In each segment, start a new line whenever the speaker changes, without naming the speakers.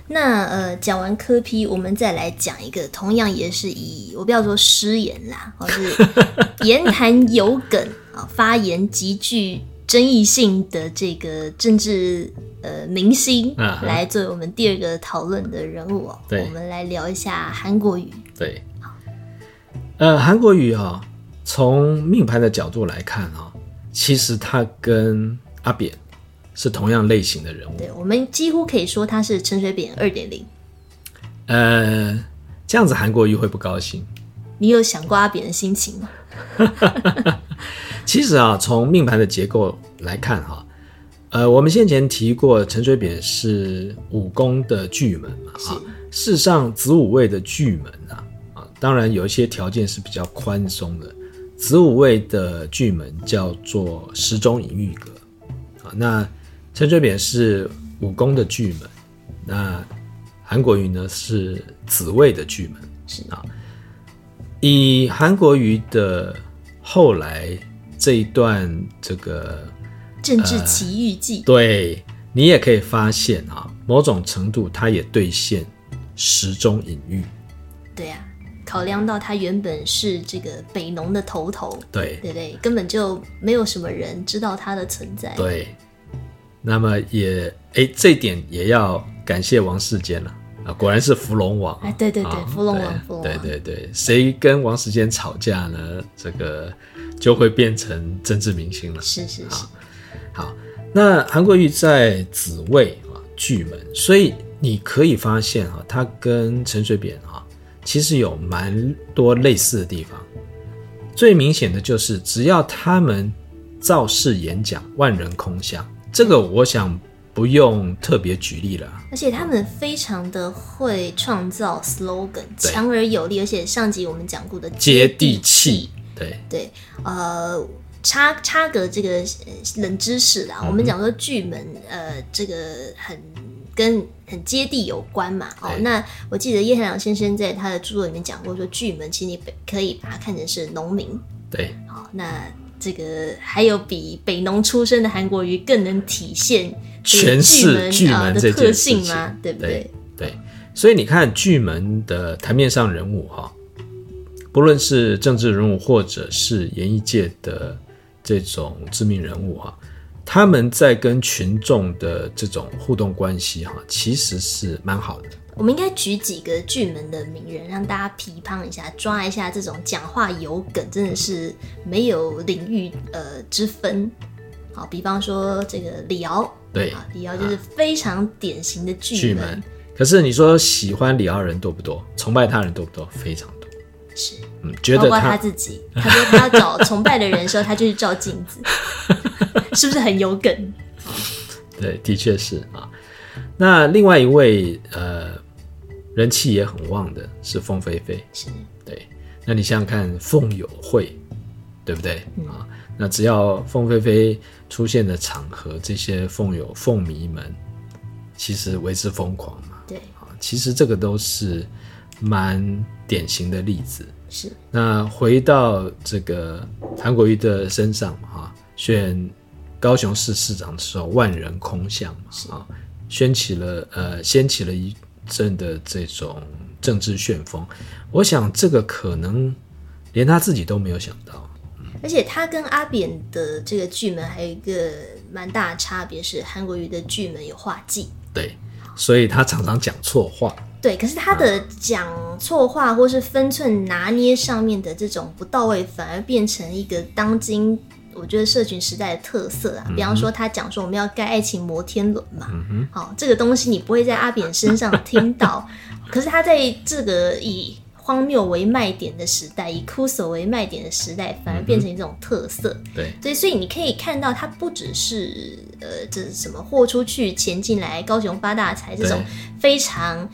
那讲完柯 P， 我们再来讲一个，同样也是以我不要说失言啦，是言谈有梗发言极具争议性的这个政治明星，来作为我们第二个讨论的人物我们来聊一下韩国瑜。
对，韩国瑜从命盘的角度来看其实他跟阿扁是同样类型的人物。
对，我们几乎可以说他是陈水扁 2.0。
这样子韩国瑜会不高兴。
你有想过阿扁的心情吗？
其实从命盘的结构来看我们先前提过陈水扁是五宫的巨门嘛，事实上子午位的巨门当然有一些条件是比较宽松的。子午位的巨门叫做时钟隐喻格那陈水扁是五宫的巨门，那韩国瑜呢是子位的巨门。以韩国瑜的后来这一段这个
政治奇遇记，
对，你也可以发现某种程度他也兑现时钟隐喻。
对啊，考量到他原本是这个北农的头，对对对，根本就没有什么人知道他的存在。
对，那么这一点也要感谢王世坚了果然是福龙王。
对对对，福龙王，
对对对，谁跟王世坚吵架呢？这个就会变成政治明星了。
是。
好，那韩国瑜在子位巨门，所以你可以发现他跟陈水扁其实有蛮多类似的地方。最明显的就是只要他们造势演讲万人空巷，这个我想不用特别举例了。
而且他们非常的会创造 slogan， 强而有力，而且上集我们讲过的
接地气。对，
插个这个冷知识啦，我们讲说巨门这个很接地有关嘛那我记得叶汉良先生在他的著作里面讲过说，巨门其实你可以把它看成是农民。
对，
那这个还有比北农出身的韩国瑜更能体现
诠释巨门
的特性吗？对不对？
对，所以你看巨门的台面上人物不论是政治人物或者是演艺界的这种知名人物他们在跟群众的这种互动关系其实是蛮好的。
我们应该举几个巨门的名人，让大家批判一下，抓一下这种讲话有梗，真的是没有领域之分。好，比方说这个李敖，
对，
李敖就是非常典型的巨门。
可是你说喜欢李敖人多不多？崇拜他人多不多？非常多。
是，
觉得
包括他自己，他说他要找崇拜的人的时候，他就去照镜子，是不是很有梗？
对，的确是那另外一位人气也很旺的是凤飞飞。
是，
对。那你想想看，凤友会，对不对？那只要凤飞飞出现的场合，这些凤迷们其实为之疯狂嘛。
对，
其实这个都是蛮典型的例子。
是。那
回到这个韩国瑜的身上选高雄市市长的时候万人空巷嘛掀起了一阵的这种政治旋风。我想这个可能连他自己都没有想到。
而且他跟阿扁的这个巨门还有一个蛮大的差别是，韩国瑜的巨门有画技。
对，所以他常常讲错话。
对，可是他的讲错话或是分寸拿捏上面的这种不到位，反而变成一个当今我觉得社群时代的特色比方说他讲说我们要盖爱情摩天轮嘛，这个东西你不会在阿扁身上听到，可是他在这个以荒谬为卖点的时代，以酷手为卖点的时代，反而变成一种特色。
对，
所以你可以看到，它不只是这是什么豁出去钱进来，高雄发大财这种非常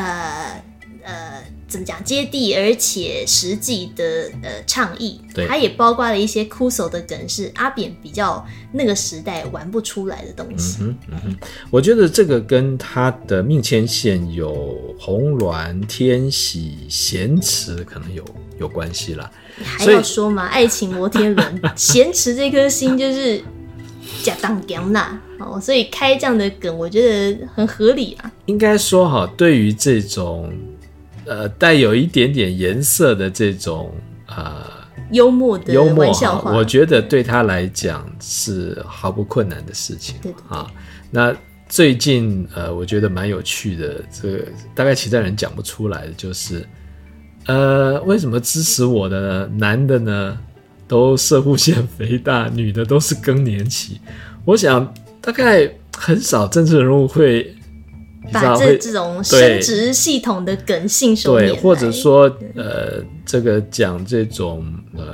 怎么讲接地而且实际的倡议，它也包括了一些酷手的梗，是阿扁比较那个时代玩不出来的东西。
我觉得这个跟他的命迁线有红鸾、天喜、咸池可能有关系啦。
还要说嘛，爱情摩天轮咸池这颗星就是假当强啦哦，所以开这样的梗，我觉得很合理啊。
应该说哈，对于这种带有一点点颜色的这种
幽默的玩笑话，
我觉得对他来讲是毫不困难的事情。
对
啊，那最近我觉得蛮有趣的，这个大概其他人讲不出来的就是，为什么支持我的男的呢都射护腺肥大，女的都是更年期？我想大概很少政治人物会
把这种生殖系统的梗信手拈来，
对，或者说这个讲这种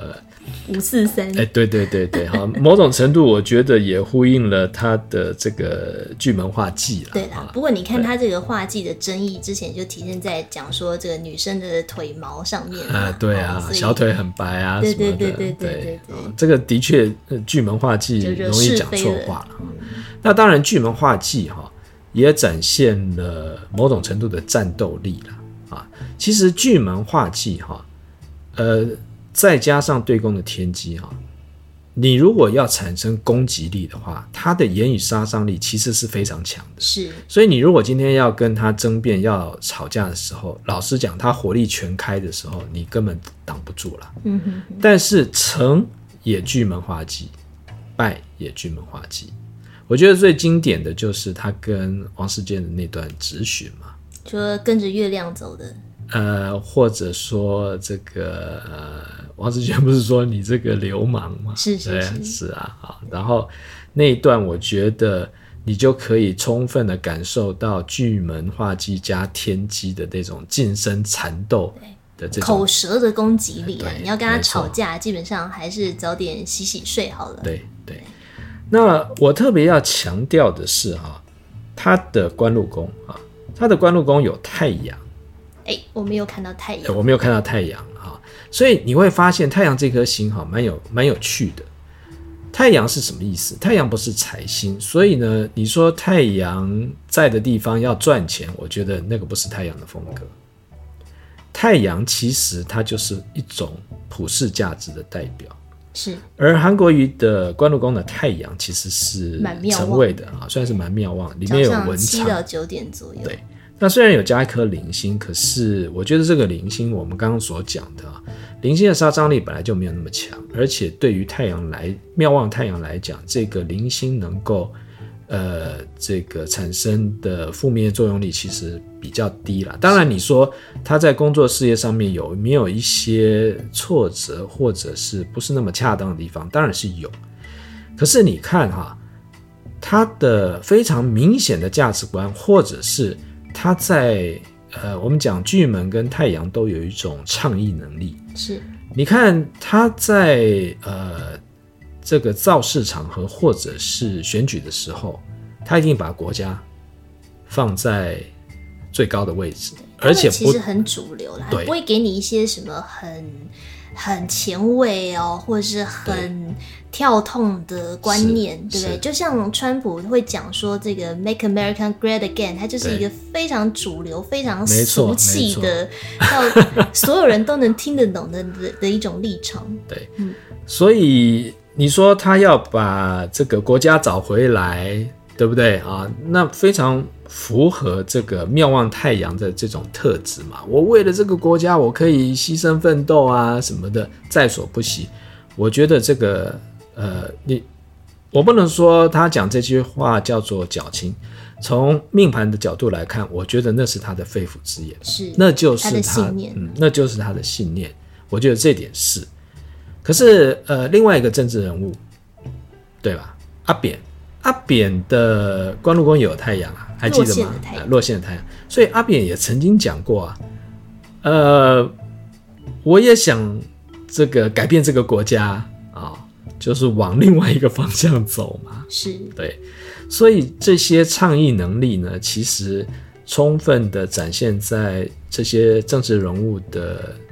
543，
对，好，某种程度我觉得也呼应了他的这个巨门化忌啦。
对啦，不过你看他这个化忌的争议，之前就体现在讲说这个女生的腿毛上面
对啊，小腿很白啊，
对
什么的，
对，
这个的确巨门化忌容易讲错话了。那当然，巨门化忌也展现了某种程度的战斗力啦。其实巨门化忌再加上对宫的天机你如果要产生攻击力的话，他的言语杀伤力其实是非常强的。
是，
所以你如果今天要跟他争辩、要吵架的时候，老实讲，他火力全开的时候，你根本挡不住了。但是成也巨门化忌，败也巨门化忌。我觉得最经典的就是他跟王世坚的那段质询嘛，
说跟着月亮走的。
或者说这个王世坚不是说你这个流氓吗？是啊，然后那一段我觉得你就可以充分的感受到巨门化忌加天机的那种近身缠斗的这种
口舌的攻击力你要跟他吵架，基本上还是早点洗洗睡好了。
对，那我特别要强调的是他的官禄宫他的官禄宫有太阳。
我没有看到太阳，
我没有看到太阳所以你会发现太阳这颗星蛮有趣的。太阳是什么意思？太阳不是财星，所以呢，你说太阳在的地方要赚钱，我觉得那个不是太阳的风格。太阳其实它就是一种普世价值的代表，
是。
而韩国瑜的官禄宫的太阳其实是辰位的算是蛮妙望，里面有文昌，
早上7到9点左右。
对。那虽然有加一颗零星，可是我觉得这个零星，我们刚刚所讲的零星的杀伤力本来就没有那么强，而且对于妙望太阳来讲，这个零星能够这个产生的负面作用力其实比较低啦。当然你说他在工作事业上面有没有一些挫折或者是不是那么恰当的地方，当然是有。可是你看他的非常明显的价值观，或者是他在我们讲巨门跟太阳都有一种倡议能力。
是，
你看他在这个造势场合或者是选举的时候，他一定把国家放在最高的位置，而且
其实很主流啦，不会给你一些什么很前卫或者是很跳痛的观念，对不对？就像川普会讲说这个 Make America Great Again， 它就是一个非常主流、非常俗气的，到所有人都能听得懂的一种立场。
对，所以你说他要把这个国家找回来，对不对那非常符合这个妙望太阳的这种特质嘛。我为了这个国家，我可以牺牲奋斗什么的，在所不惜。我觉得这个我不能说他讲这句话叫做矫情，从命盘的角度来看，我觉得那是他的肺腑之言，那就是他的信念，那就是他的信念。我觉得这点是。可是另外一个政治人物，对吧？阿扁的官禄宫也有太阳还记得吗？落陷的太阳。所以阿扁也曾经讲过我也想这个改变这个国家就是往另外一个方向走嘛。
是，
对。所以这些倡议能力呢，其实充分的展现在这些政治人物的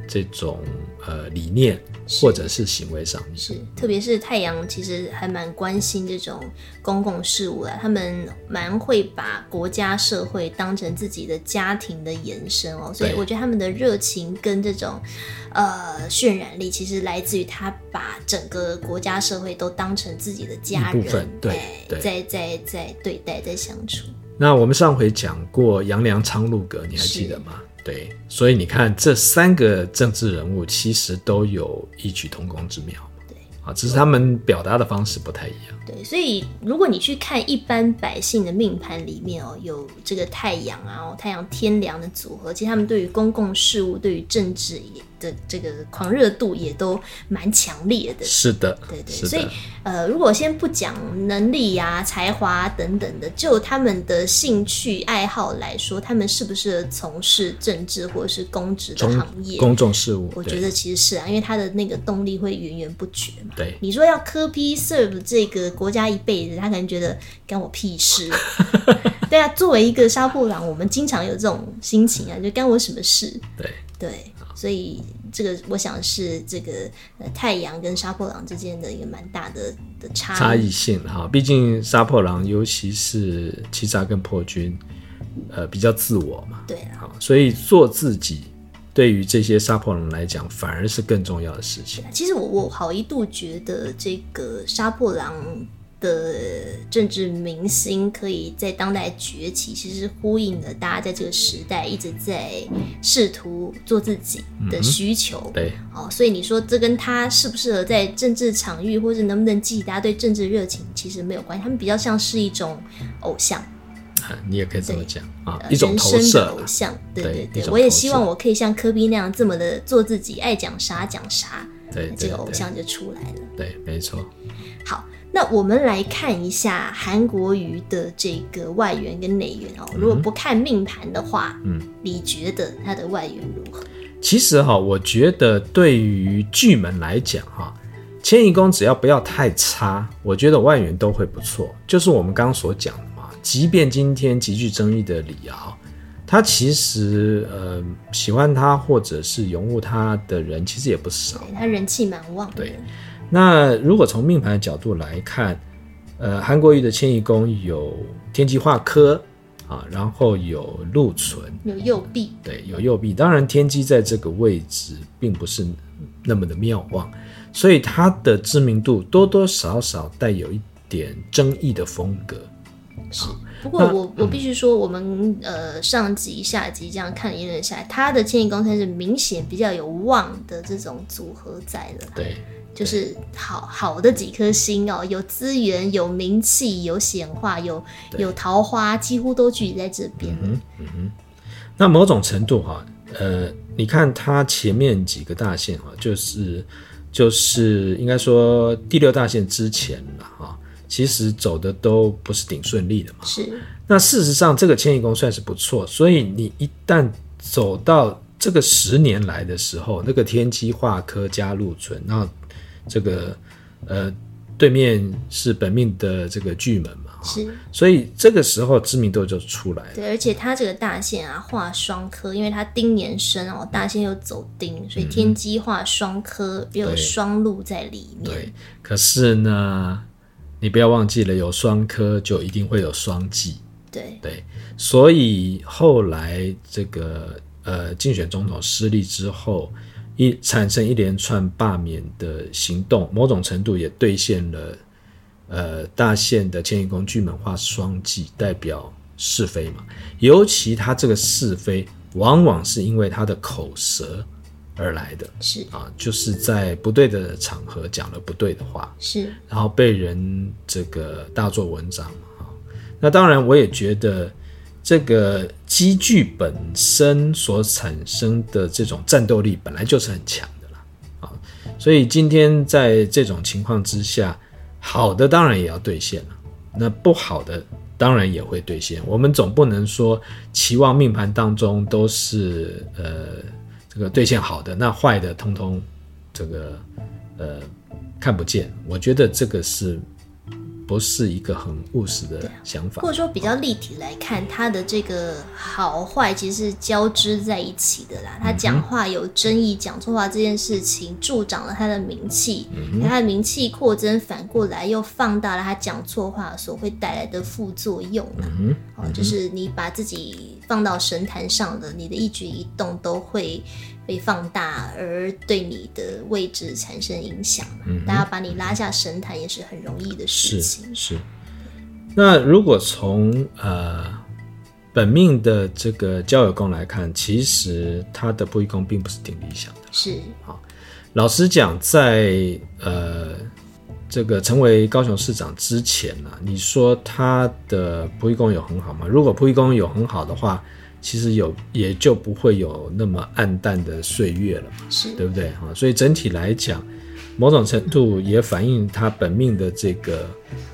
这种理念或者是行为上面。
是，特别是太阳其实还蛮关心这种公共事务啦，他们蛮会把国家社会当成自己的家庭的延伸哦，所以我觉得他们的热情跟这种渲染力其实来自于他把整个国家社会都当成自己的家人，
一部分，对，
在对待，在相处。
那我们上回讲过杨良昌禄阁，你还记得吗？对，所以你看这3个政治人物其实都有异曲同工之妙，对啊，只是他们表达的方式不太一样。
对，所以如果你去看一般百姓的命盘里面哦，有这个太阳啊，太阳天梁的组合，其实他们对于公共事务、对于政治的这个狂热度也都蛮强烈的。
是的，
对，
是的。
所以如果先不讲能力啊、才华等等的，就他们的兴趣爱好来说，他们适不适合从事政治或者是公职的行业、
公众事务？
我觉得其实是啊，因为他的那个动力会源源不绝嘛。
对，
你说要科批 serve 这个国家一辈子，他可能觉得干我屁事。对啊，作为一个杀破狼，我们经常有这种心情啊，就干我什么事？对。所以这个我想是这个太阳跟杀破狼之间的一个蛮大的差异
性哈。毕竟杀破狼，尤其是七杀跟破军，比较自我嘛。
对啊，
所以做自己对于这些杀破狼来讲，反而是更重要的事情。
其实我好一度觉得这个杀破狼的政治明星可以在当代崛起，其实呼应了大家在这个时代一直在试图做自己的需求。
对，
所以你说这跟他适不适合在政治场域，或者能不能激起大家对政治热情，其实没有关系。他们比较像是一种偶像。
你也可以这么讲啊，一种投射，
人生的偶像。对，我也希望我可以像科比那样这么的做自己，爱讲啥讲啥。
对，
这个偶像就出来了。
对，没错。
好，那我们来看一下韩国瑜的这个外援跟内援哦。如果不看命盘的话，你觉得他的外援如何？
其实我觉得对于巨门来讲迁移宫只要不要太差，我觉得外援都会不错。就是我们刚刚所讲的嘛，即便今天极具争议的李敖，他其实喜欢他或者是拥护他的人其实也不少，
他人气蛮旺的。
对，那如果从命盘的角度来看，韩国瑜的迁移宫有天机化科然后有禄存，
有右弼，
对，有右弼。当然天机在这个位置并不是那么的妙望，所以他的知名度多多少少带有一点争议的风格。
是，不过我必须说，我们上集下集这样看一轮下来，他的迁移宫算是明显比较有旺的这种组合在了。
对，
就是好的几颗星哦，有资源、有名气、有显化、有桃花，几乎都聚集在这边。
那某种程度你看他前面几个大线就是应该说第6大线之前了其实走的都不是顶顺利的嘛。
是。
那事实上这个迁移宫算是不错，所以你一旦走到这个10年来的时候，那个天机化科加禄存，那这个对面是本命的这个巨门嘛，
是，
所以这个时候知名度就出来了。
对，而且它这个大线画双科，因为它丁年生大线又走丁，所以天机画双科又有双禄在里面。
对，可是呢，你不要忘记了，有双科就一定会有双忌。对，所以后来这个竞选总统失利之后，产生一连串罢免的行动，某种程度也兑现了大限的迁移宫巨门化双忌，代表是非嘛。尤其他这个是非往往是因为他的口舌而来的，
是
就是在不对的场合讲了不对的话，
是，
然后被人这个大做文章。那当然我也觉得这个积聚本身所产生的这种战斗力本来就是很强的啦，所以今天在这种情况之下，好的当然也要兑现了，那不好的当然也会兑现。我们总不能说期望命盘当中都是这个兑现好的，那坏的通通这个看不见。我觉得这个是不是一个很务实的想法，
或者说比较立体来看，他的这个好坏其实是交织在一起的啦。他讲话有争议，讲错话这件事情助长了他的名气，他的名气扩增，反过来又放大了他讲错话所会带来的副作用啦。就是你把自己放到神坛上的，你的一举一动都会被放大，而对你的位置产生影响嘛。大家把你拉下神坛也是很容易的事情。
是。那如果从本命的这个交友宫来看，其实他的仆役宫并不是挺理想的。
是。
好，老实讲，在这个成为高雄市长之前啊，你说他的仆役宫有很好吗？如果仆役宫有很好的话，其实也就不会有那么暗淡的岁月了嘛，
是，
对不对？所以整体来讲，某种程度也反映他本命的这个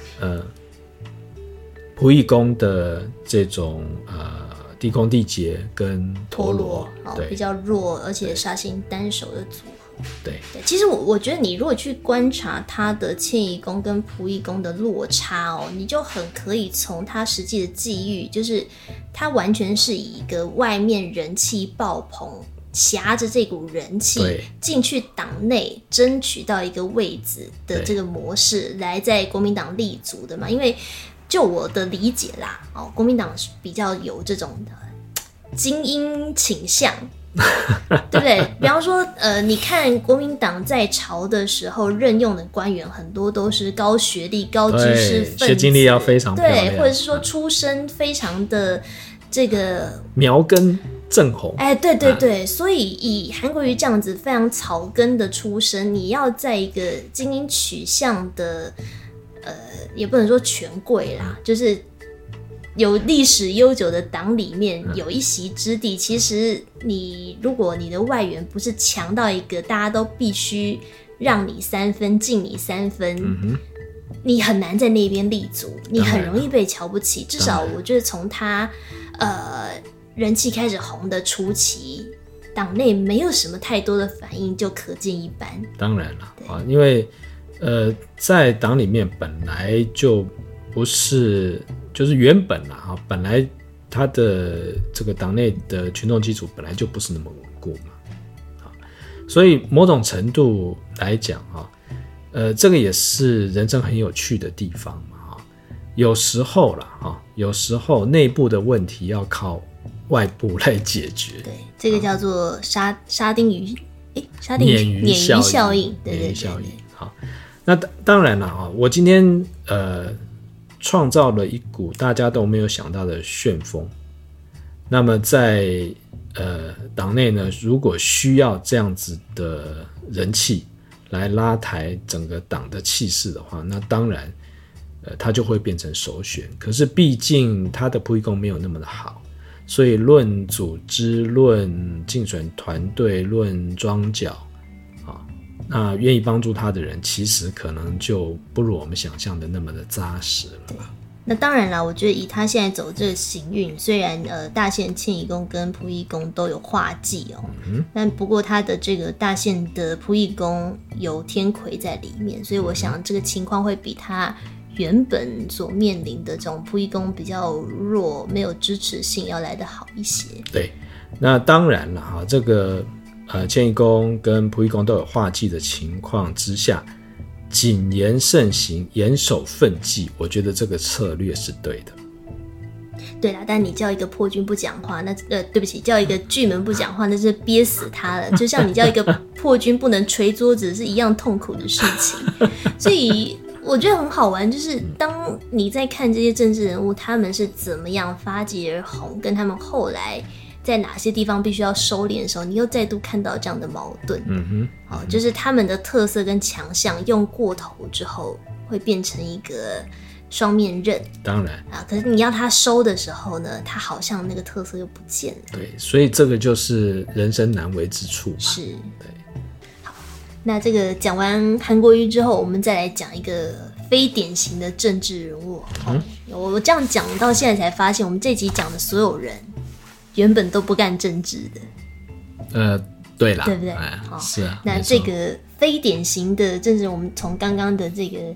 仆役宫的这种地空地劫跟陀罗，对，
比较弱，而且杀星单手的组合。
对，
其实我觉得你如果去观察他的迁移宫跟仆役宫的落差你就很可以从他实际的际遇，就是他完全是以一个外面人气爆棚，挟着这股人气进去党内争取到一个位置的这个模式来在国民党立足的嘛。因为就我的理解啦，国民党比较有这种精英倾向。对不对？比方说你看国民党在朝的时候任用的官员很多都是高学历高知识分子，
学经历要非常漂亮，
对，或者是说出身非常的这个
苗根正红，
对，所以以韩国瑜这样子非常草根的出身，你要在一个精英取向的也不能说权贵啦，就是有历史悠久的党里面有一席之地，其实如果你的外援不是强到一个大家都必须让你3分敬你3分，你很难在那边立足，你很容易被瞧不起。至少我觉得从他人气开始红的初期，党内没有什么太多的反应就可见一斑。
当然了，因为在党里面本来就不是，就是原本本来他的这个党内的群众基础本来就不是那么稳固嘛，所以某种程度来讲这个也是人生很有趣的地方嘛，有时候内部的问题要靠外部来解决。
对，这个叫做沙丁鱼
鲶鱼效应，
对。
好，那当然了我今天创造了一股大家都没有想到的旋风。那么在党内呢，如果需要这样子的人气来拉抬整个党的气势的话，那当然他就会变成首选。可是毕竟他的仆役宫没有那么的好，所以论组织、论竞选团队、论庄脚那愿意帮助他的人其实可能就不如我们想象的那么的扎实了。
那当然啦，我觉得以他现在走这个行运，虽然大限迁移宫跟仆役宫都有化忌但不过他的这个大限的仆役宫有天魁在里面，所以我想这个情况会比他原本所面临的这种仆役宫比较弱、没有支持性要来得好一些。
对，那当然了这个迁移宫跟仆役宫都有化忌的情况之下，谨言慎行，严守分际，我觉得这个策略是对的。
对啦，但你叫一个破军不讲话，那对不起，叫一个巨门不讲话，那是憋死他了。就像你叫一个破军不能捶桌子是一样痛苦的事情。所以我觉得很好玩，就是当你在看这些政治人物他们是怎么样发迹而红，跟他们后来在哪些地方必须要收敛的时候，你又再度看到这样的矛盾。就是他们的特色跟强项用过头之后会变成一个双面刃。当然可是你要他收的时候呢，他好像那个特色又不见了。对，
所以这个就是人生难为之处嘛。
是，对。好，那这个讲完韩国瑜之后，我们再来讲一个非典型的政治人物。我这样讲到现在才发现，我们这集讲的所有人原本都不干政治的。
对啦，
对不对？
是啊。
那这个非典型的政治人，我们从刚刚的这个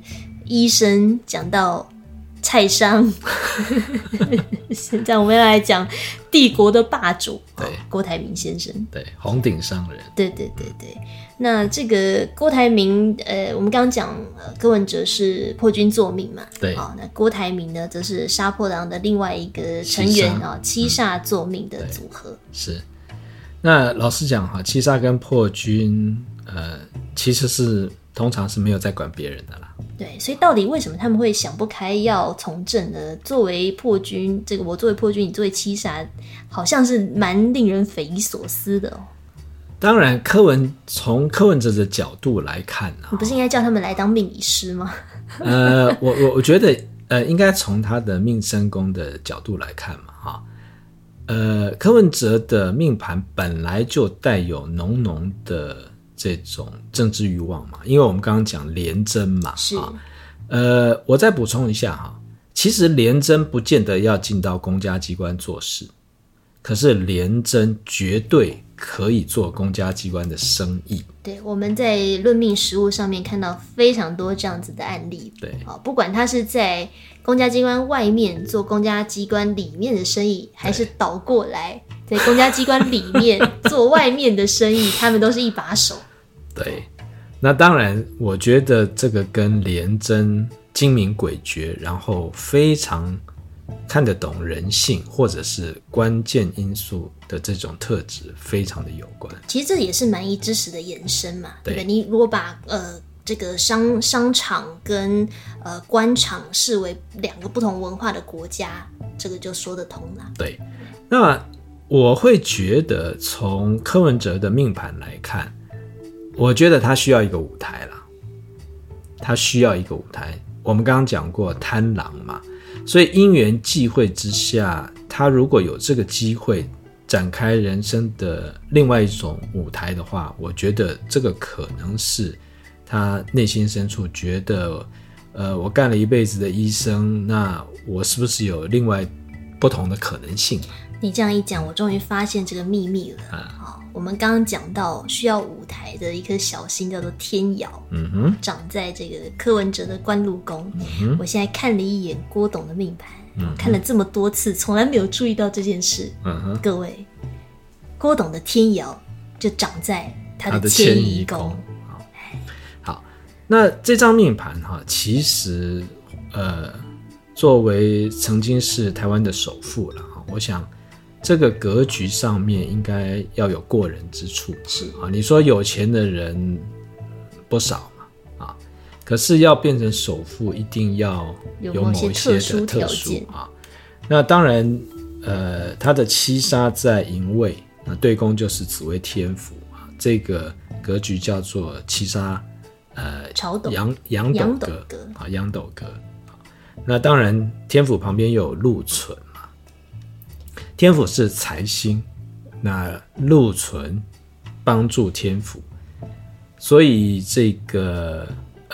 医生，讲到蔡商，现在我们要来讲帝国的霸主，
对，
郭台铭先生，
对，红顶商人，
对。那这个郭台铭，我们刚刚讲，柯文哲是破军作命嘛，
对，
那郭台铭呢，则是杀破狼的另外一个成员啊，七煞作命的组合。
是，那老实讲哈，七煞跟破军，其实通常是没有在管别人的啦。
对，所以到底为什么他们会想不开要从政呢？作为破军，这个我作为破军，你作为七煞，好像是蛮令人匪夷所思的哦。
当然，从柯文哲的角度来看啊，
你不是应该叫他们来当命理师吗？
我觉得应该从他的命身宫的角度来看嘛，哈。柯文哲的命盘本来就带有浓浓的这种政治欲望嘛，因为我们刚刚讲廉贞嘛，
是。
我再补充一下哈，其实廉贞不见得要进到公家机关做事，可是廉贞绝对可以做公家机关的生意。
对，我们在论命实务上面看到非常多这样子的案例。
对，
不管他是在公家机关外面做公家机关里面的生意，还是倒过来在公家机关里面做外面的生意，他们都是一把手。
对，那当然，我觉得这个跟廉贞精明诡谲，然后非常看得懂人性或者是关键因素的这种特质非常的有关。
其实这也是蛮夷之实的延伸嘛， 对不对？你如果把这个商场跟官场视为两个不同文化的国家，这个就说得通了。
对，那我会觉得从柯文哲的命盘来看，我觉得他需要一个舞台啦，他需要一个舞台。我们刚刚讲过贪狼嘛，所以因缘际会之下，他如果有这个机会展开人生的另外一种舞台的话，我觉得这个可能是他内心深处觉得，我干了一辈子的医生，那我是不是有另外不同的可能性？
你这样一讲，我终于发现这个秘密了。我们刚刚讲到需要舞台的一颗小星叫做天姚，长在这个柯文哲的官禄宫。我现在看了一眼郭董的命盘，看了这么多次，从来没有注意到这件事。各位，郭董的天姚就长在他的迁移宫。
好，那这张命盘哈，其实作为曾经是台湾的首富了，我想这个格局上面应该要有过人之处。
是
啊，你说有钱的人不少嘛，啊，可是要变成首富，一定要有某一些的特殊啊。那当然，他的七杀在寅位，那对宫就是紫微天府啊，这个格局叫做七杀，
朝斗
阳斗格啊，阳斗格。那当然，天府旁边又有禄存。天府是财星，那禄存帮助天府，所以这个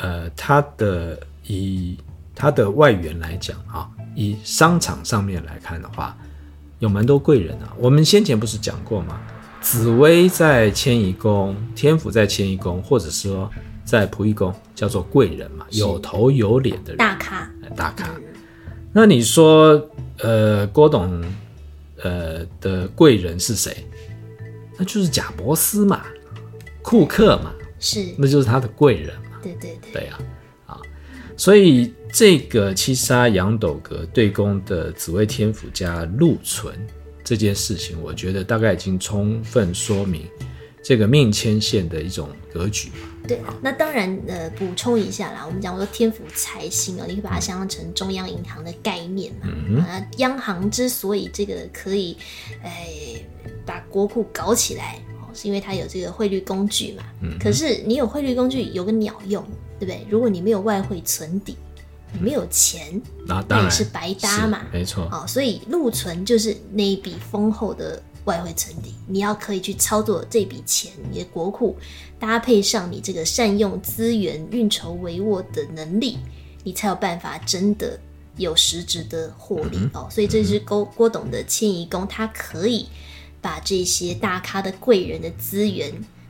以它的外援来讲啊，以商场上面来看的话，有蛮多贵人啊。我们先前不是讲过吗？紫微在迁移宫，天府在迁移宫，或者说在仆役宫，叫做贵人嘛，有头有脸的人，大咖。那你说，郭董的贵人是谁？那就是贾伯斯嘛，库克嘛，是，那就是他的贵人嘛。对啊，所以这个七杀阳斗格对宫的紫微天府加禄存这件事情，我觉得大概已经充分说明这个命牵线的一种格局。
对，那当然补充一下啦，我们讲说天府财星你可以把它想象成中央银行的概念嘛。央行之所以这个可以把国库搞起来，是因为它有这个汇率工具嘛。可是你有汇率工具有个鸟用，对不对？如果你没有外汇存底，你没有钱，那也是白搭嘛。
没错。
所以禄存就是那一笔丰厚的外汇存底，你要可以去操作这笔钱，你的国库搭配上你这个善用资源、运筹帷幄的能力，你才有办法真的有实质的获利。所以这是郭董的迁移宫，他可以把这些大咖的贵人的资源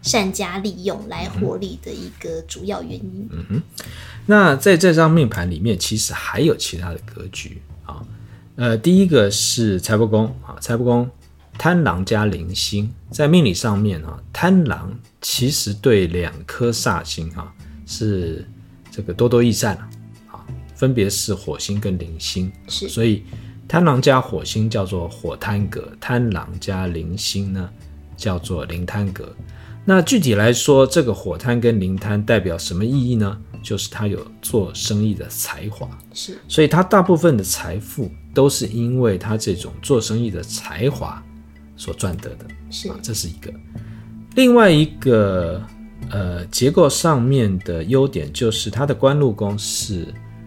善加利用来获利的一个主要原因。
那在这张命盘里面，其实还有其他的格局啊。第一个是财帛宫啊，财帛宫贪狼加铃星，在命理上面啊，贪狼其实对2颗煞星啊是这个多多益善啊，分别是火星跟铃星，所以贪狼加火星叫做火贪格，贪狼加铃星呢叫做铃贪格。那具体来说，这个火贪跟铃贪代表什么意义呢？就是他有做生意的才华，
是，
所以他大部分的财富都是因为他这种做生意的才华所赚得的，
是，
这是一个。另外一个结构上面的优点就是他的官禄宫是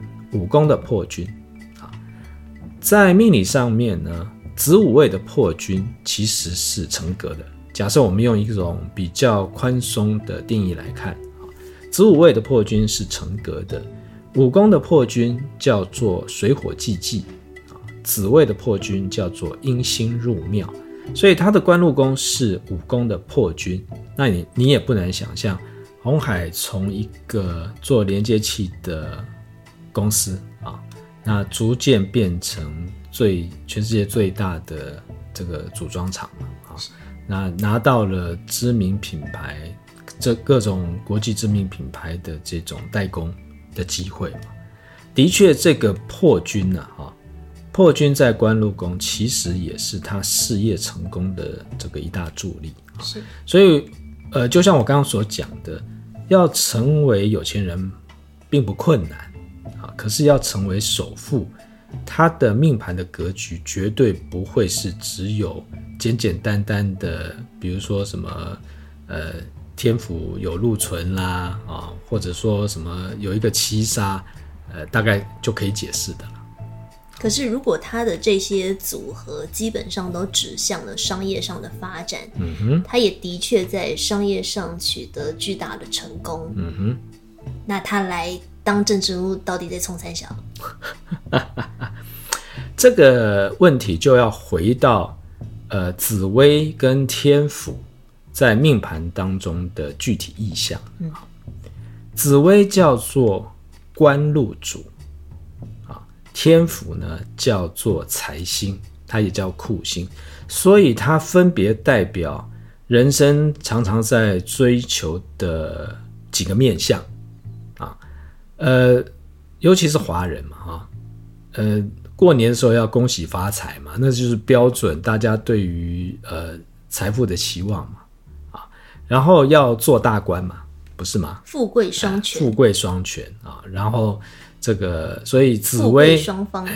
5宫的破军啊，在命理上面呢，子午位的破军其实是成格的。假设我们用一种比较宽松的定义来看，子午位的破军是成格的，5宫的破军叫做水火既济，子位的破军叫做阴星入庙，所以他的官禄宫是5宫的破军。那你也不难想象，鸿海从一个做连接器的公司啊，那逐渐变成全世界最大的这个组装厂啊，那拿到了知名品牌，各种国际知名品牌的这种代工的机会嘛。的确，这个破军破军在官禄宫其实也是他事业成功的这个一大助力。
是，
所以就像我刚刚所讲的，要成为有钱人并不困难啊，可是要成为首富，他的命盘的格局绝对不会是只有简简单单的，比如说什么天府有禄存啦啊，或者说什么有一个七杀，大概就可以解释的了。
可是如果他的这些组合基本上都指向了商业上的发展，他也的确在商业上取得巨大的成功，那他来当政治人物到底在冲三小？
这个问题就要回到紫微跟天府在命盘当中的具体意象。紫微叫做官禄主，天府呢叫做财星，它也叫库星，所以它分别代表人生常常在追求的几个面向啊，尤其是华人嘛，过年的时候要恭喜发财嘛，那就是标准大家对于财富的期望嘛，然后要做大官嘛，不是吗？
富贵双全，
富贵双全啊，然后这个，所以紫微
双方，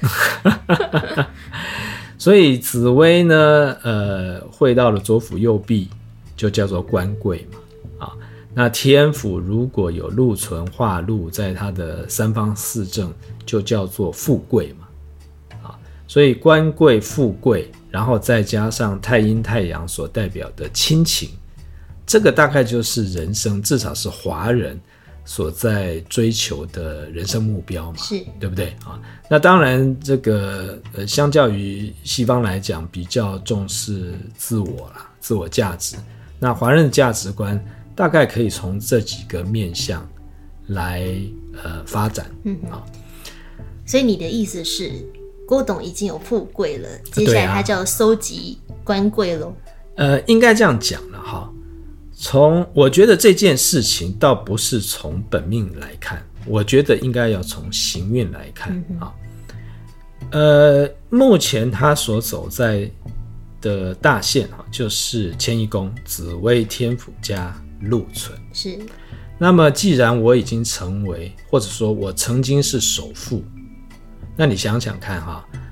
所以紫微呢，会到了左辅右弼，就叫做官贵嘛，那天府如果有禄存化禄在它的三方四正，就叫做富贵嘛，所以官贵富贵，然后再加上太阴太阳所代表的亲情，这个大概就是人生，至少是华人所在追求的人生目标嘛，
是，
对不对啊？那当然，这个相较于西方来讲，比较重视自我啦，自我价值。那华人的价值观大概可以从这几个面向来发展。
所以你的意思是，郭董已经有富贵了，接下来他就要收集官贵咯？
应该这样讲了哈。我觉得这件事情倒不是从本命来看，我觉得应该要从行运来看目前他所走在的大线就是迁移宫紫微天府加禄存。
是。
那么既然我已经成为，或者说我曾经是首富，那你想想看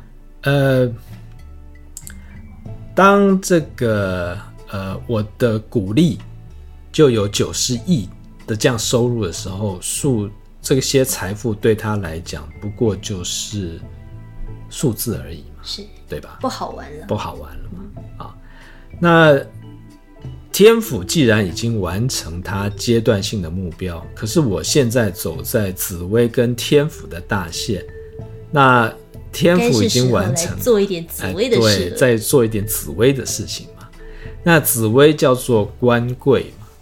当这个我的股利就有90亿的这样收入的时候，这些财富对他来讲不过就是数字而已嘛，
是，
对吧？
不好玩了
嘛。那天府既然已经完成他阶段性的目标，可是我现在走在紫微跟天府的大线，那天府已经完成，
来做一点紫微的事了，
对，再做一点紫微的事情嘛。那紫微叫做官贵嘛，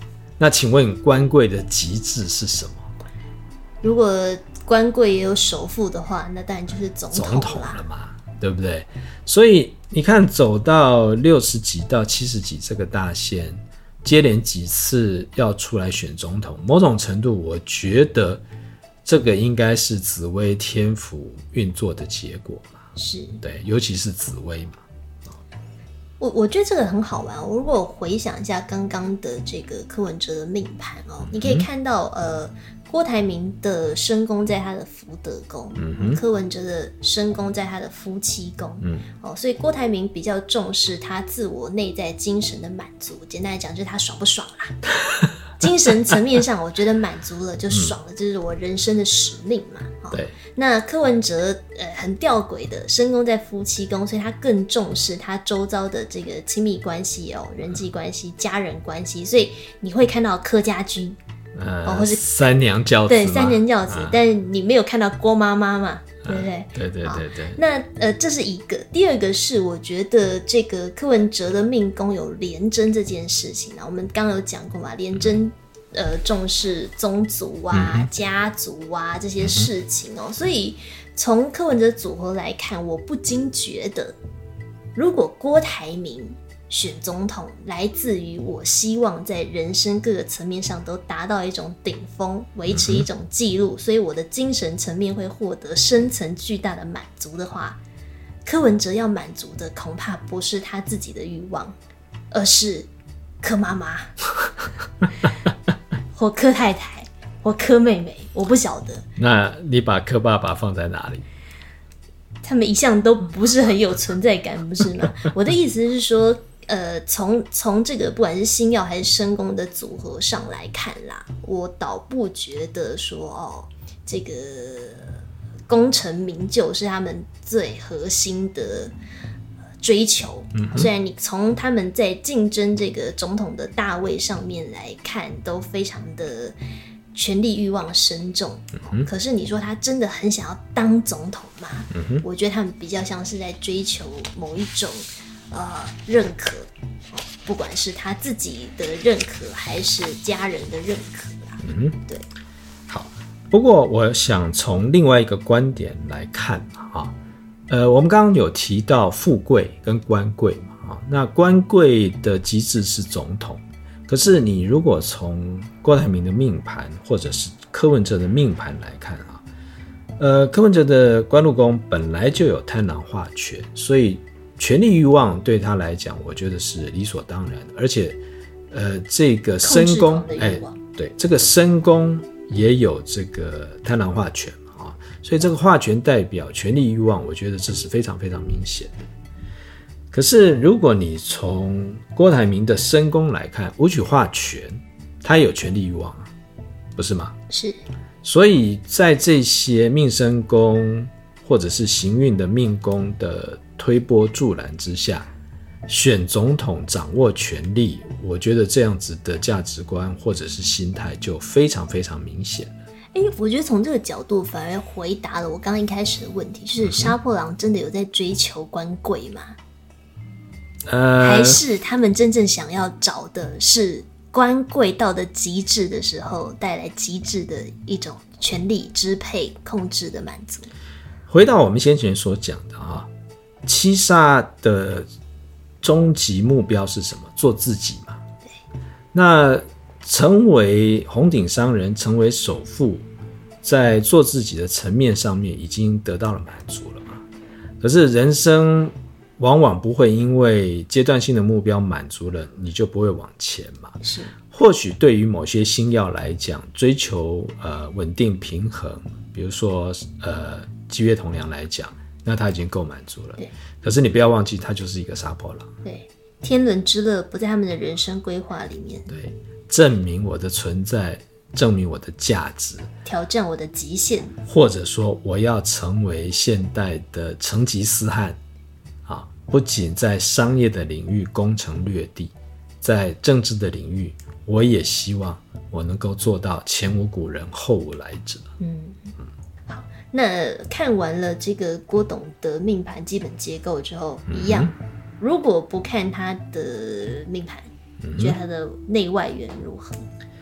那请问官贵的极致是什么？
如果官贵也有首富的话，那当然就是总统
了嘛，对不对？所以你看，走到60几到70几这个大限，接连几次要出来选总统，某种程度我觉得这个应该是紫微天府运作的结果嘛。
是，
对，尤其是紫微嘛。
我觉得这个很好玩。我如果回想一下刚刚的这个柯文哲的命盘哦，你可以看到郭台铭的身宫在他的福德宫，柯文哲的身宫在他的夫妻宫，所以郭台铭比较重视他自我内在精神的满足。简单来讲，就是他爽不爽啦。精神层面上，我觉得满足了就爽了，这是我人生的使命嘛。
对。
那柯文哲很吊诡的，身宫在夫妻宫，所以他更重视他周遭的这个亲密关系人际关系、家人关系，所以你会看到柯家军。或是
三娘教子，
对，三娘教子，但是你没有看到郭妈妈嘛，对不对？
对。
那这是一个，第二个是我觉得这个柯文哲的命宫有廉贞这件事情我们刚刚有讲过嘛，廉贞重视宗族家族这些事情所以从柯文哲组合来看，我不禁觉得，如果郭台铭选总统来自于我希望在人生各个层面上都达到一种顶峰，维持一种记录，所以我的精神层面会获得深层巨大的满足的话，柯文哲要满足的恐怕不是他自己的欲望，而是柯妈妈或柯太太或柯妹妹，我不晓得。
那你把柯爸爸放在哪里？
他们一向都不是很有存在感，不是吗？我的意思是说从这个不管是星曜还是身宫的组合上来看啦，我倒不觉得说这个功成名就是他们最核心的追求。虽然你从他们在竞争这个总统的大位上面来看，都非常的权力欲望深重，可是你说他真的很想要当总统吗？我觉得他们比较像是在追求某一种认可，不管是他自己的认可还是家人的认可啦。对。
好，不过我想从另外一个观点来看我们刚刚有提到富贵跟官贵嘛那官贵的极致是总统，可是你如果从郭台铭的命盘或者是柯文哲的命盘来看柯文哲的官禄宫本来就有贪狼化权，所以权力欲望对他来讲，我觉得是理所当然的。而且，这个身宫，对，这个身宫也有这个贪狼化权嘛所以这个化权代表权力欲望，我觉得这是非常非常明显的。可是，如果你从郭台铭的身宫来看，武曲化权，他也有权力欲望不是吗？
是。
所以在这些命身宫或者是行运的命宫的推波助澜之下，选总统掌握权力，我觉得这样子的价值观或者是心态就非常非常明显了。
我觉得从这个角度反而回答了我刚刚一开始的问题，就是杀破狼真的有在追求官贵吗？还是他们真正想要找的是官贵到的极致的时候带来极致的一种权力支配控制的满足？
回到我们先前所讲的七杀的终极目标是什么？做自己嘛。那成为红顶商人，成为首富，在做自己的层面上面已经得到了满足了嘛。可是人生往往不会因为阶段性的目标满足了，你就不会往前嘛。
是。
或许对于某些星曜来讲，追求稳定平衡，比如说积月同梁来讲，那他已经够满足了。
对。
可是你不要忘记，他就是一个杀破狼。
对。天伦之乐不在他们的人生规划里面。
对。证明我的存在，证明我的价值，
挑战我的极限，
或者说我要成为现代的成吉思汗不仅在商业的领域攻城略地，在政治的领域我也希望我能够做到前无古人后无来者。
好，那看完了这个郭董的命盘基本结构之后，一样如果不看他的命盘，觉得他的内外缘如何？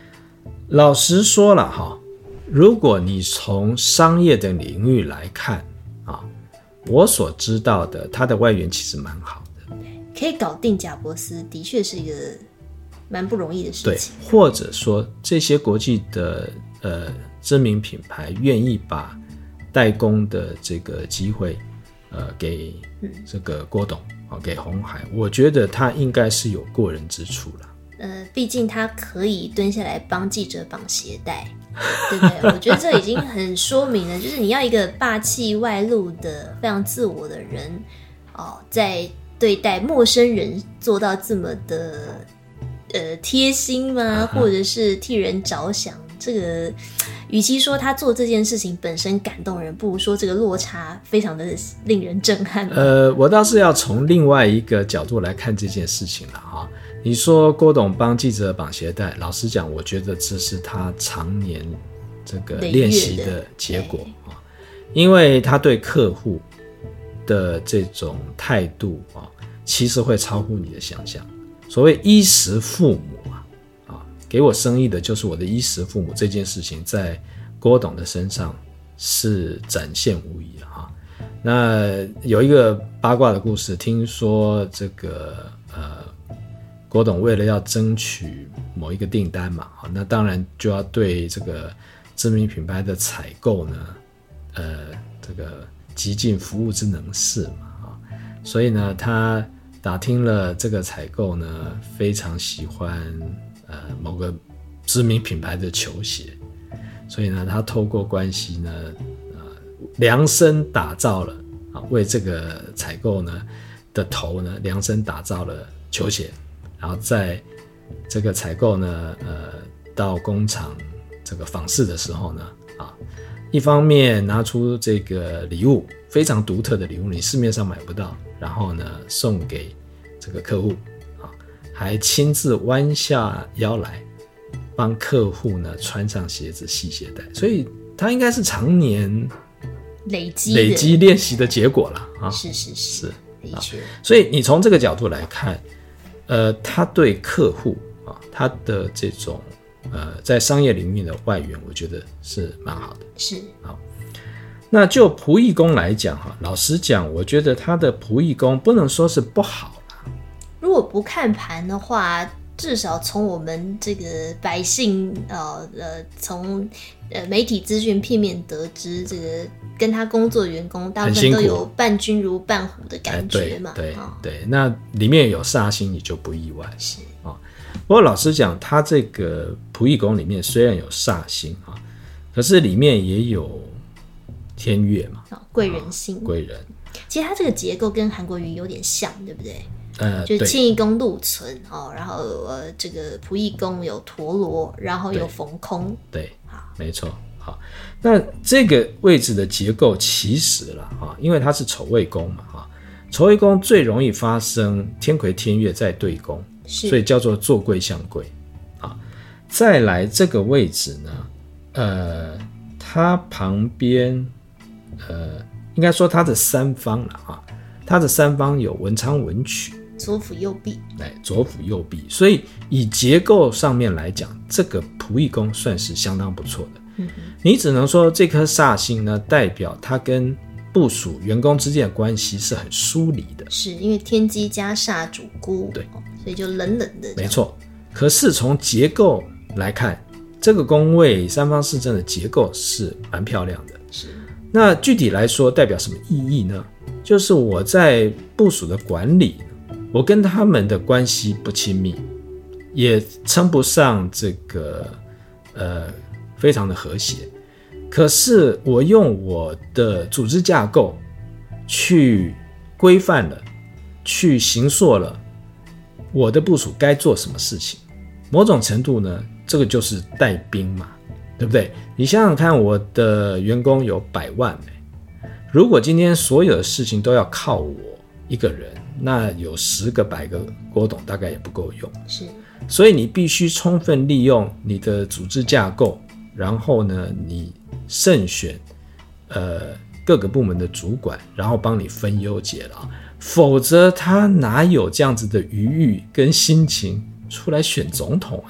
老实说了哈，如果你从商业的领域来看啊，我所知道的，它的外援其实蛮好的，
可以搞定贾伯斯，的确是一个蛮不容易的事情。
对，或者说这些国际的知名品牌愿意把代工的这个机会给这个郭董给鸿海，我觉得他应该是有过人之处了。
毕竟他可以蹲下来帮记者绑鞋带，对不对？我觉得这已经很说明了，就是你要一个霸气外露的、非常自我的人，在对待陌生人做到这么的贴心吗？或者是替人着想？这个，与其说他做这件事情本身感动人，不如说这个落差非常的令人震撼。
我倒是要从另外一个角度来看这件事情了哈。你说郭董帮记者绑鞋带，老实讲，我觉得这是他常年这个练习的结果啊，因为他对客户的这种态度啊，其实会超乎你的想象。所谓衣食父母啊，给我生意的就是我的衣食父母这件事情，在郭董的身上是展现无疑了哈。那有一个八卦的故事，听说这个郭董为了要争取某一个订单嘛，那当然就要对这个知名品牌的采购呢，这个极尽服务之能事嘛，所以呢，他打听了这个采购呢，非常喜欢某个知名品牌的球鞋，所以呢，他透过关系呢，量身打造了为这个采购呢的头呢量身打造了球鞋。然后在这个采购呢，到工厂这个访视的时候呢，一方面拿出这个礼物，非常独特的礼物，你市面上买不到，然后呢送给这个客户，还亲自弯下腰来帮客户呢穿上鞋子系鞋带，所以他应该是常年累积练习的结果了啊！
是，的确。
所以你从这个角度来看。他对客户他的这种在商业领域的外援，我觉得是蛮好的。
是
好，那就仆役宫来讲老实讲，我觉得他的仆役宫不能说是不好啦。
如果不看盘的话，至少从我们这个百姓从媒体资讯片面得知，这个跟他工作的员工大部分都有伴君如伴虎的感觉嘛。
对，那里面有煞星，你就不意外。
是
不过老实讲，他这个仆役宫里面虽然有煞星可是里面也有天月嘛，
贵人星，
贵人。
其实他这个结构跟韩国瑜有点像，对不对？就是迁移宫禄存然后这个仆役宫有陀螺，然后有逢空，
对，没错。好，那这个位置的结构其实啦因为它是丑未宫嘛丑未宫最容易发生天魁天月在对宫，所以叫做坐贵相贵再来这个位置呢，它旁边应该说它的三方啦它的三方有文昌文曲。
左辅右弼，
左辅右弼，所以以结构上面来讲，这个仆役宫算是相当不错的。你只能说这颗煞星呢，代表它跟部属员工之间的关系是很疏离的，
是因为天机加煞主孤，
对，
所以就冷冷的。
没错。可是从结构来看，这个宫位三方四正的结构是蛮漂亮的。
是。
那具体来说，代表什么意义呢？就是我在部属的管理。我跟他们的关系不亲密，也称不上这个非常的和谐。可是我用我的组织架构去规范了，去形塑了我的部属该做什么事情。某种程度呢，这个就是带兵嘛，对不对？你想想看，我的员工有100万如果今天所有的事情都要靠我一个人，那有10个100个郭董大概也不够用。
是，
所以你必须充分利用你的组织架构，然后呢，你慎选各个部门的主管，然后帮你分忧解劳，否则他哪有这样子的余裕跟心情出来选总统啊？
对，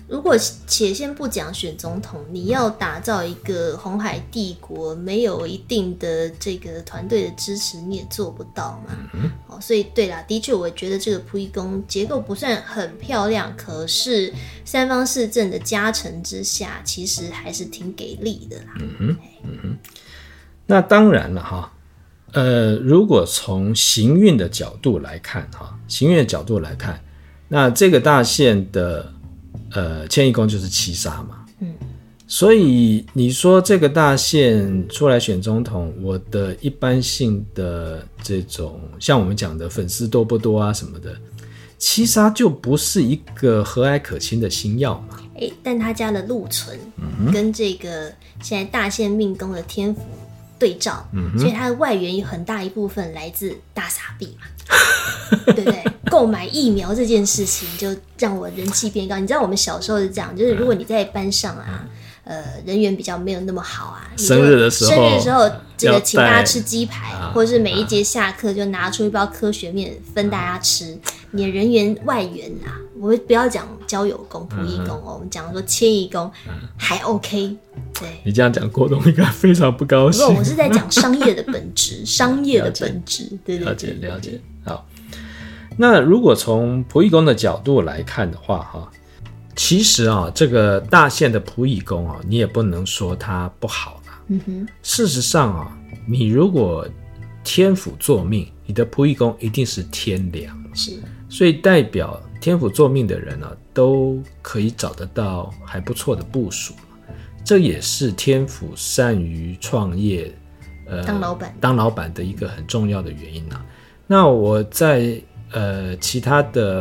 如果且先不讲选总统，你要打造一个红海帝国，没有一定的这个团队的支持，你也做不到嘛。所以对啦，的确我觉得这个溥仪宫结构不算很漂亮，可是三方四正的加成之下，其实还是挺给力的啦。
那当然了哈，如果从行运的角度来看哈，那这个大限的迁移宫就是七杀嘛，所以你说这个大限出来选总统，我的一般性的这种像我们讲的粉丝多不多啊什么的，七杀就不是一个和蔼可亲的星耀嘛。
但他家的禄存跟这个现在大限命宫的天府对照，所以它的外援有很大一部分来自大撒币嘛。对不对？购买疫苗这件事情就让我人气变高。你知道我们小时候是这样，就是如果你在班上啊，人缘比较没有那么好啊，
生日的时候
这个请大家吃鸡排，或者是每一节下课就拿出一包科学面分大家吃。你的人缘外援啊，我们不要讲交友宫、溥仪宫我们讲说迁移宫还 OK。对，
你这样讲，郭董应该非常不高兴。
不，我是在讲商业的本质，商业的本质。对，
了解。好，那如果从溥仪宫的角度来看的话，哈，其实啊，这个大限的溥仪宫啊，你也不能说它不好啦。事实上啊，你如果天府坐命，你的溥仪宫一定是天梁，
是，
所以代表天府坐命的人啊，都可以找得到还不错的部署。这也是天府善于创业，当老板的一个很重要的原因啊。那我在其他的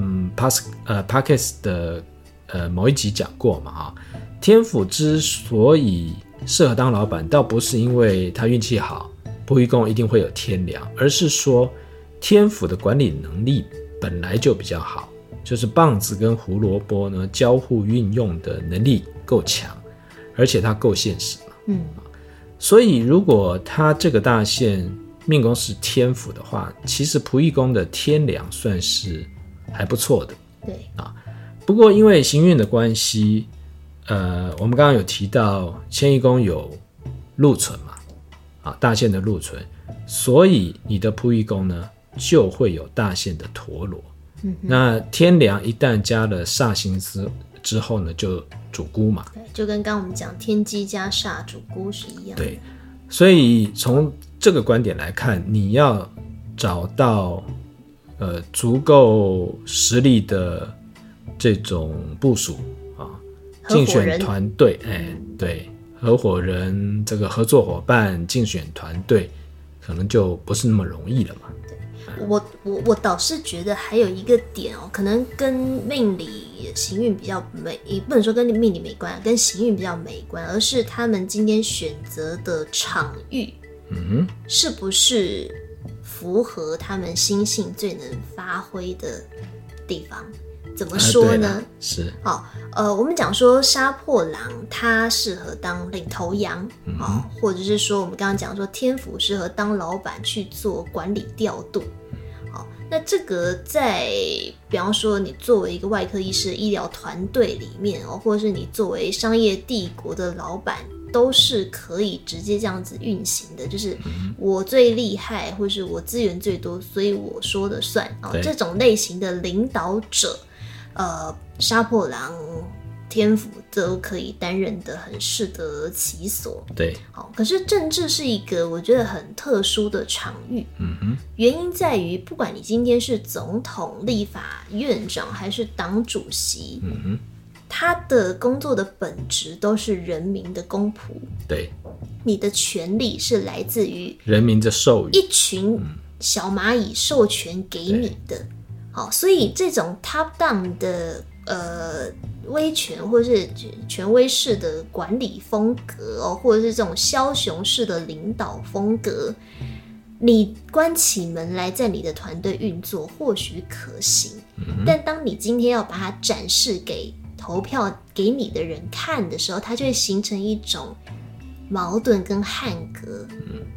Podcast 的某一集讲过嘛哈，天府之所以适合当老板，倒不是因为他运气好，溥仪宫一定会有天梁，而是说天府的管理能力本来就比较好，就是棒子跟胡萝卜呢交互运用的能力够强。而且它够现实嘛，所以如果他这个大限命宫是天府的话，其实溥仪宫的天梁算是还不错的。
对啊，
不过因为行运的关系，我们刚刚有提到迁移宫有禄存嘛，大限的禄存，所以你的溥仪宫呢就会有大限的陀罗。那天梁一旦加了煞星之后呢，就主孤嘛，
对，就跟刚刚我们讲天机加煞主孤是一样的。
对，所以从这个观点来看，你要找到足够实力的这种部署啊，竞选团队，对，合伙人这个合作伙伴、竞选团队，可能就不是那么容易了嘛。
我倒是觉得还有一个点可能跟命理行运比较也不能说跟命理没关，跟行运比较没关，而是他们今天选择的场域，是不是符合他们心性最能发挥的地方？怎么说呢？
是
我们讲说杀破狼它适合当领头羊，或者是说我们刚刚讲说天府适合当老板去做管理调度。那这个在比方说你作为一个外科医师的医疗团队里面或者是你作为商业帝国的老板，都是可以直接这样子运行的，就是我最厉害或是我资源最多，所以我说了算这种类型的领导者，杀破狼、天府都可以担任的很适得其所。
对，
可是政治是一个我觉得很特殊的场域，原因在于不管你今天是总统、立法院长还是党主席，他的工作的本质都是人民的公仆。
对，
你的权利是来自于
人民的授予，
一群小蚂蚁授权给你的。所以这种 top down 的威权或是权威式的管理风格或者是这种枭雄式的领导风格，你关起门来在你的团队运作或许可行，但当你今天要把它展示给投票给你的人看的时候，它就会形成一种矛盾跟汉格。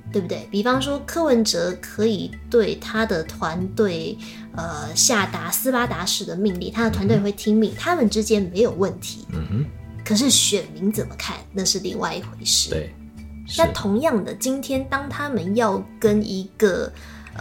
对不对？比方说柯文哲可以对他的团队下达斯巴达式的命令，他的团队会听命，他们之间没有问题。可是选民怎么看，那是另外一回事。
对，
那同样的，今天当他们要跟一个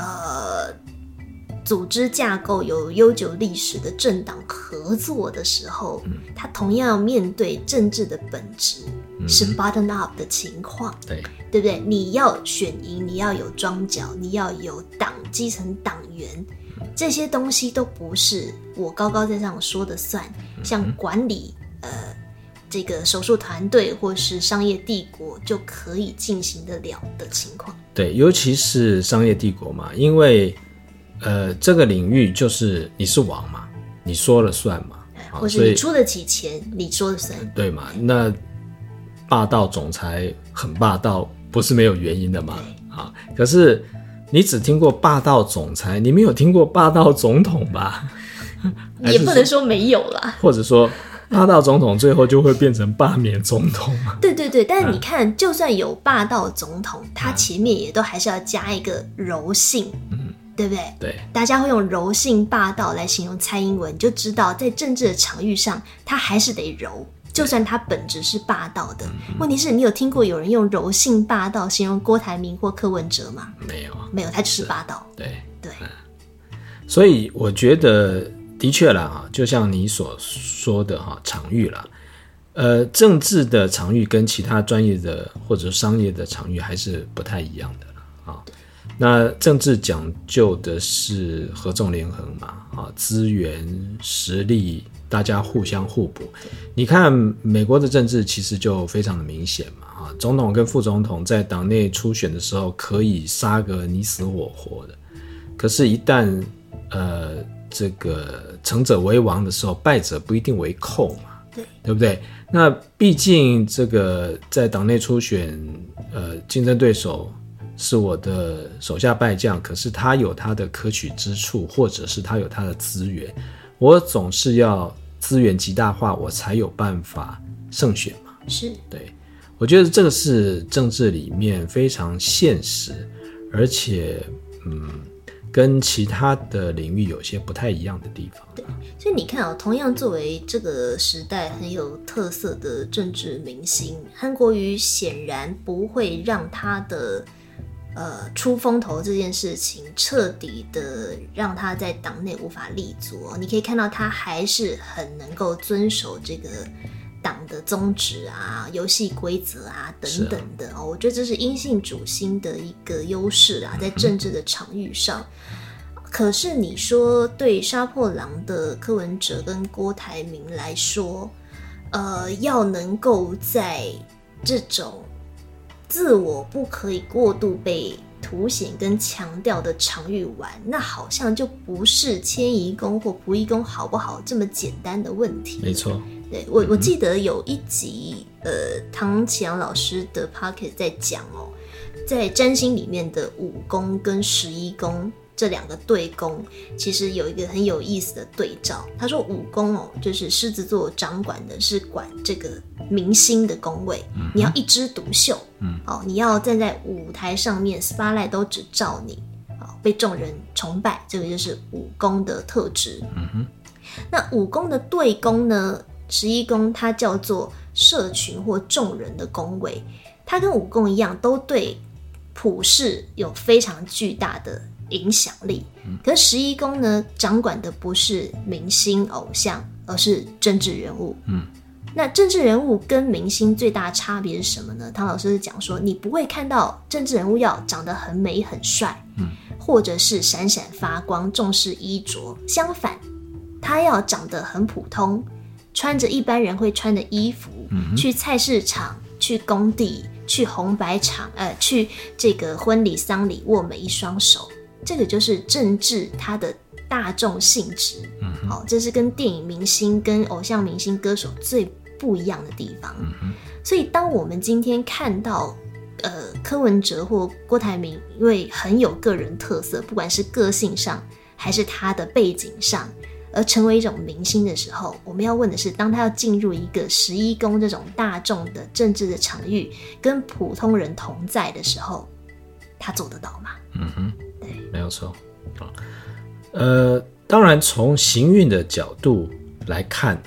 组织架构有悠久历史的政党合作的时候，他同样要面对政治的本质是 bottom up 的情况，对不对？你要选赢，你要有庄脚，你要有党基层党员，这些东西都不是我高高在上说的算，像管理这个手术团队或是商业帝国就可以进行得了的情况。
对，尤其是商业帝国嘛，因为这个领域就是你是王嘛，你说了算嘛，
或是你出得起钱，你说了算，
对嘛？那霸道总裁很霸道，不是没有原因的嘛。可是你只听过霸道总裁，你没有听过霸道总统吧？
也不能说没有啦，
或者说霸道总统最后就会变成罢免总统嘛？
对对对，但是你看，就算有霸道总统，他前面也都还是要加一个柔性。对不对？
对，
大家会用柔性霸道来形容蔡英文，你就知道在政治的场域上，他还是得柔，就算他本质是霸道的。问题是你有听过有人用柔性霸道形容郭台铭或柯文哲吗？没有，他就是霸道。对，
所以我觉得的确啦，就像你所说的场域啦，政治的场域跟其他专业的或者商业的场域还是不太一样的啦。那政治讲究的是合纵连横嘛，资源实力大家互相互补。你看美国的政治其实就非常的明显嘛，总统跟副总统在党内初选的时候可以杀个你死我活的，可是一旦这个成者为王的时候，败者不一定为寇嘛，对不对？那毕竟这个在党内初选竞争对手是我的手下败将，可是他有他的可取之处，或者是他有他的资源，我总是要资源极大化，我才有办法胜选嘛。
是，
对，我觉得这个是政治里面非常现实，而且跟其他的领域有些不太一样的地方。
对，所以你看同样作为这个时代很有特色的政治明星，韩国瑜显然不会让他的出风头这件事情彻底的让他在党内无法立足。你可以看到他还是很能够遵守这个党的宗旨啊、游戏规则啊等等的。我觉得这是因性主心的一个优势啦，在政治的场域上。可是你说对杀破狼的柯文哲跟郭台铭来说，要能够在这种自我不可以过度被凸显跟强调的场域玩，那好像就不是迁移宫或仆役宫好不好这么简单的问题。
没错，
对，我记得有一集唐启阳老师的 Podcast 在讲在占星里面的5宫跟11宫这两个对宫，其实有一个很有意思的对照。他说5宫就是狮子座掌管的是管这个明星的宫位，你要一枝独秀，你要站在舞台上面 spotlight 都只照你，被众人崇拜，这个就是5宫的特质。那5宫的对宫呢，11宫它叫做社群或众人的宫位，它跟5宫一样，都对普世有非常巨大的影响力。可是11宫呢，掌管的不是明星偶像，而是政治人物。那政治人物跟明星最大的差别是什么呢？唐老师是讲说，你不会看到政治人物要长得很美很帅，或者是闪闪发光，重视衣着。相反，他要长得很普通，穿着一般人会穿的衣服，去菜市场、去工地、去红白场，去这个婚礼丧礼握每一双手。这个就是政治它的大众性质。这是跟电影明星跟偶像明星歌手最不一样的地方。所以当我们今天看到柯文哲或郭台铭因为很有个人特色，不管是个性上还是他的背景上，而成为一种明星的时候，我们要问的是，当他要进入一个11宫这种大众的政治的场域，跟普通人同在的时候， 他做得到吗？对，
没有错。当然从行运的角度来看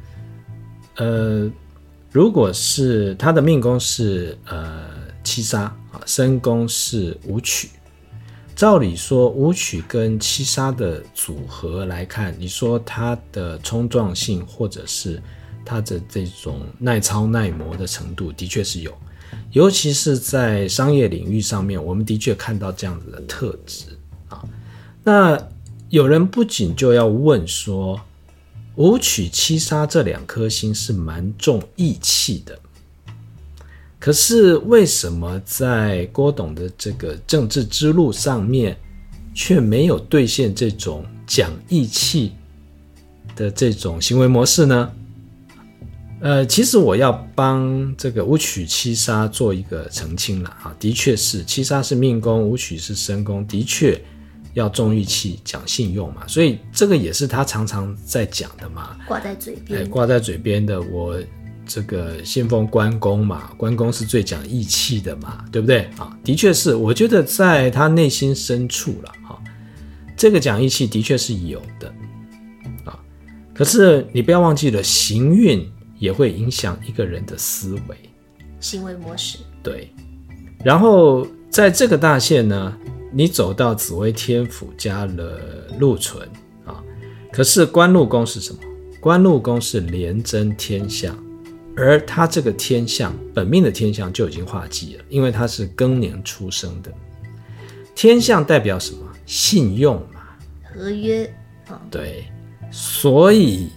如果是他的命宫是七杀身宫是武曲，照理说武曲跟七杀的组合来看，你说它的冲撞性或者是它的这种耐操耐磨的程度的确是有，尤其是在商业领域上面，我们的确看到这样子的特质那有人不仅就要问说，武曲七杀这2颗星是蛮重义气的，可是为什么在郭董的这个政治之路上面却没有兑现这种讲义气的这种行为模式呢？其实我要帮这个武曲七杀做一个澄清了的确是七杀是命宫，武曲是身宫，的确要重义气讲信用嘛，所以这个也是他常常在讲的嘛，
挂在嘴边
挂在嘴边的，我这个信奉关公嘛，关公是最讲义气的嘛，对不对的确是，我觉得在他内心深处了这个讲义气的确是有的可是你不要忘记了，行运也会影响一个人的思维
行为模式。
对，然后在这个大限呢，你走到紫微天府加了禄存可是官禄宫是什么？官禄宫是廉贞天相，而他这个天相本命的天相就已经化忌了，因为他是庚年出生的。天相代表什么？信用嘛，
合约
对，所以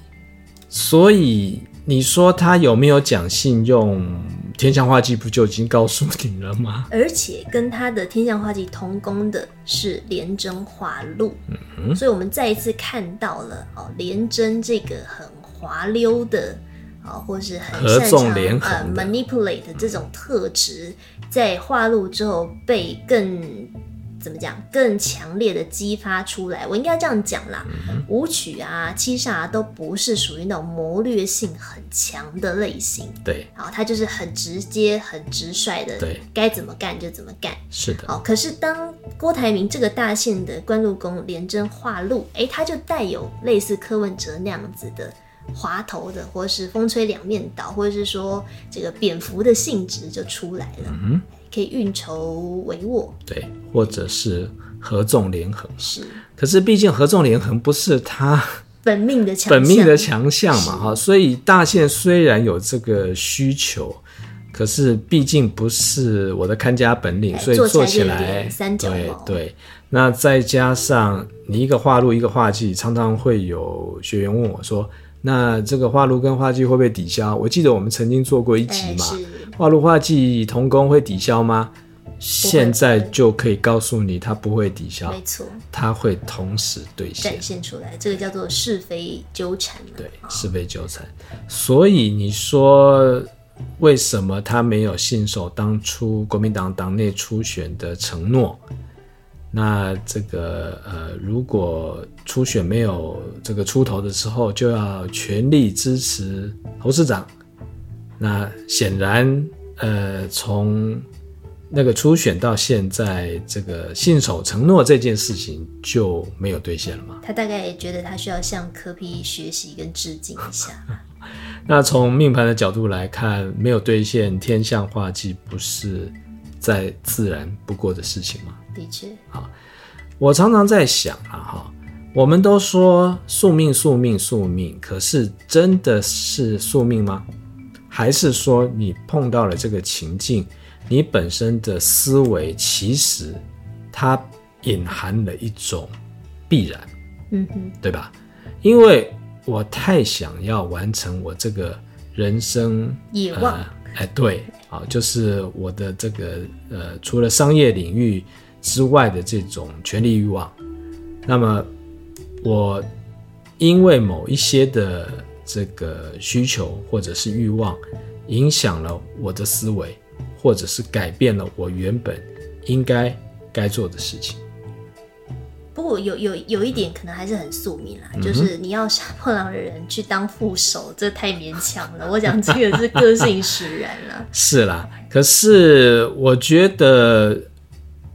你说他有没有讲信用，天象化忌不就已经告诉你了吗？
而且跟他的天象化忌同宫的是廉贞化禄所以我们再一次看到了廉贞这个很滑溜的或是很擅长
合纵连横的
manipulate 这种特质，在化禄之后被怎么讲更强烈的激发出来。我应该这样讲啦，武曲七杀都不是属于那种谋略性很强的类型，
对，
他就是很直接很直率的，
对，
该怎么干就怎么干，
是的
可是当郭台铭这个大限的官禄宫廉贞化禄他就带有类似柯文哲那样子的滑头的，或是风吹两面倒，或者是说这个蝙蝠的性质就出来了可以运筹帷幄，
对，或者是合纵连横，
是。
可是毕竟合纵连横不是他
本命的强
项嘛所以大限虽然有这个需求，可是毕竟不是我的看家本领，所以做起来
三脚猫。
对，那再加上你一个化禄一个化忌，常常会有学员问我说，那这个化禄跟化忌会不会抵消？我记得我们曾经做过一集嘛，化禄化忌同宫会抵消吗？现在就可以告诉你，它不会抵消，
没错，
它会同时兑现，
展现出来。这个叫做是非纠缠
对，是非纠缠。所以你说为什么他没有信守当初国民党党内初选的承诺？那这个如果初选没有这个出头的时候，就要全力支持侯市长。那显然从那个初选到现在，这个信守承诺这件事情就没有兑现了嘛？
他大概也觉得他需要向柯 P 学习跟致敬一下。
那从命盘的角度来看，没有兑现天象化忌，不是再自然不过的事情吗？
的确。
好，我常常在想我们都说宿命，可是真的是宿命吗？还是说你碰到了这个情境，你本身的思维其实它隐含了一种必然，对吧？因为我太想要完成我这个人生
野望，
对，就是我的这个除了商业领域之外的这种权力欲望，那么我因为某一些的这个需求或者是欲望影响了我的思维，或者是改变了我原本该做的事情。
不过有一点可能还是很宿命啦，就是你要杀破狼的人去当副手，这太勉强了。我讲这个是个性使然啦。
是啦，可是我觉得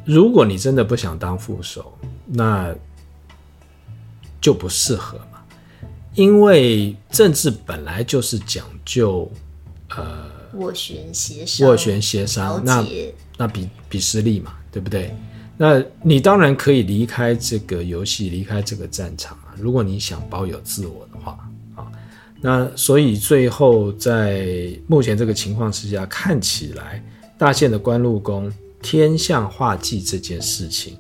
如果你真的不想当副手，那就不适合嘛。因为政治本来就是讲究
斡旋协商，
那比实力嘛，对不对？那你当然可以离开这个游戏，离开这个战场啊，如果你想保有自我的话啊。那所以最后在目前这个情况之下，看起来大县的官禄宫天象化忌这件事情，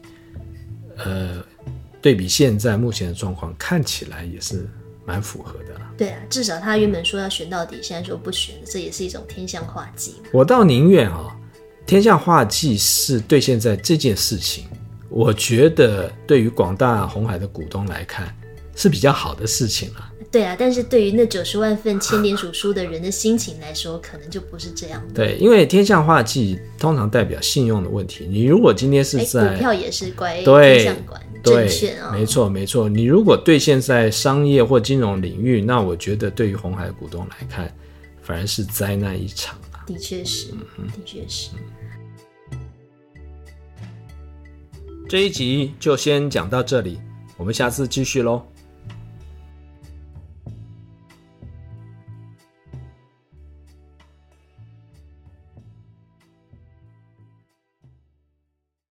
对比现在目前的状况，看起来也是蛮符合的啦。
对啊，至少他原本说要选到底，现在说不选，这也是一种天象化忌。
我倒宁愿天象化忌是对现在这件事情，我觉得对于广大鸿海的股东来看是比较好的事情啦。
对啊，但是对于那90万份签联署书的人的心情来说，可能就不是这样的。
对，因为天象化忌通常代表信用的问题。你如果今天是在
股票也是归天象管，证券
没错没错。你如果兑现在商业或金融领域，那我觉得对于鸿海的股东来看，反而是灾难一场啊。
的确是，的确是。
这一集就先讲到这里，我们下次继续咯。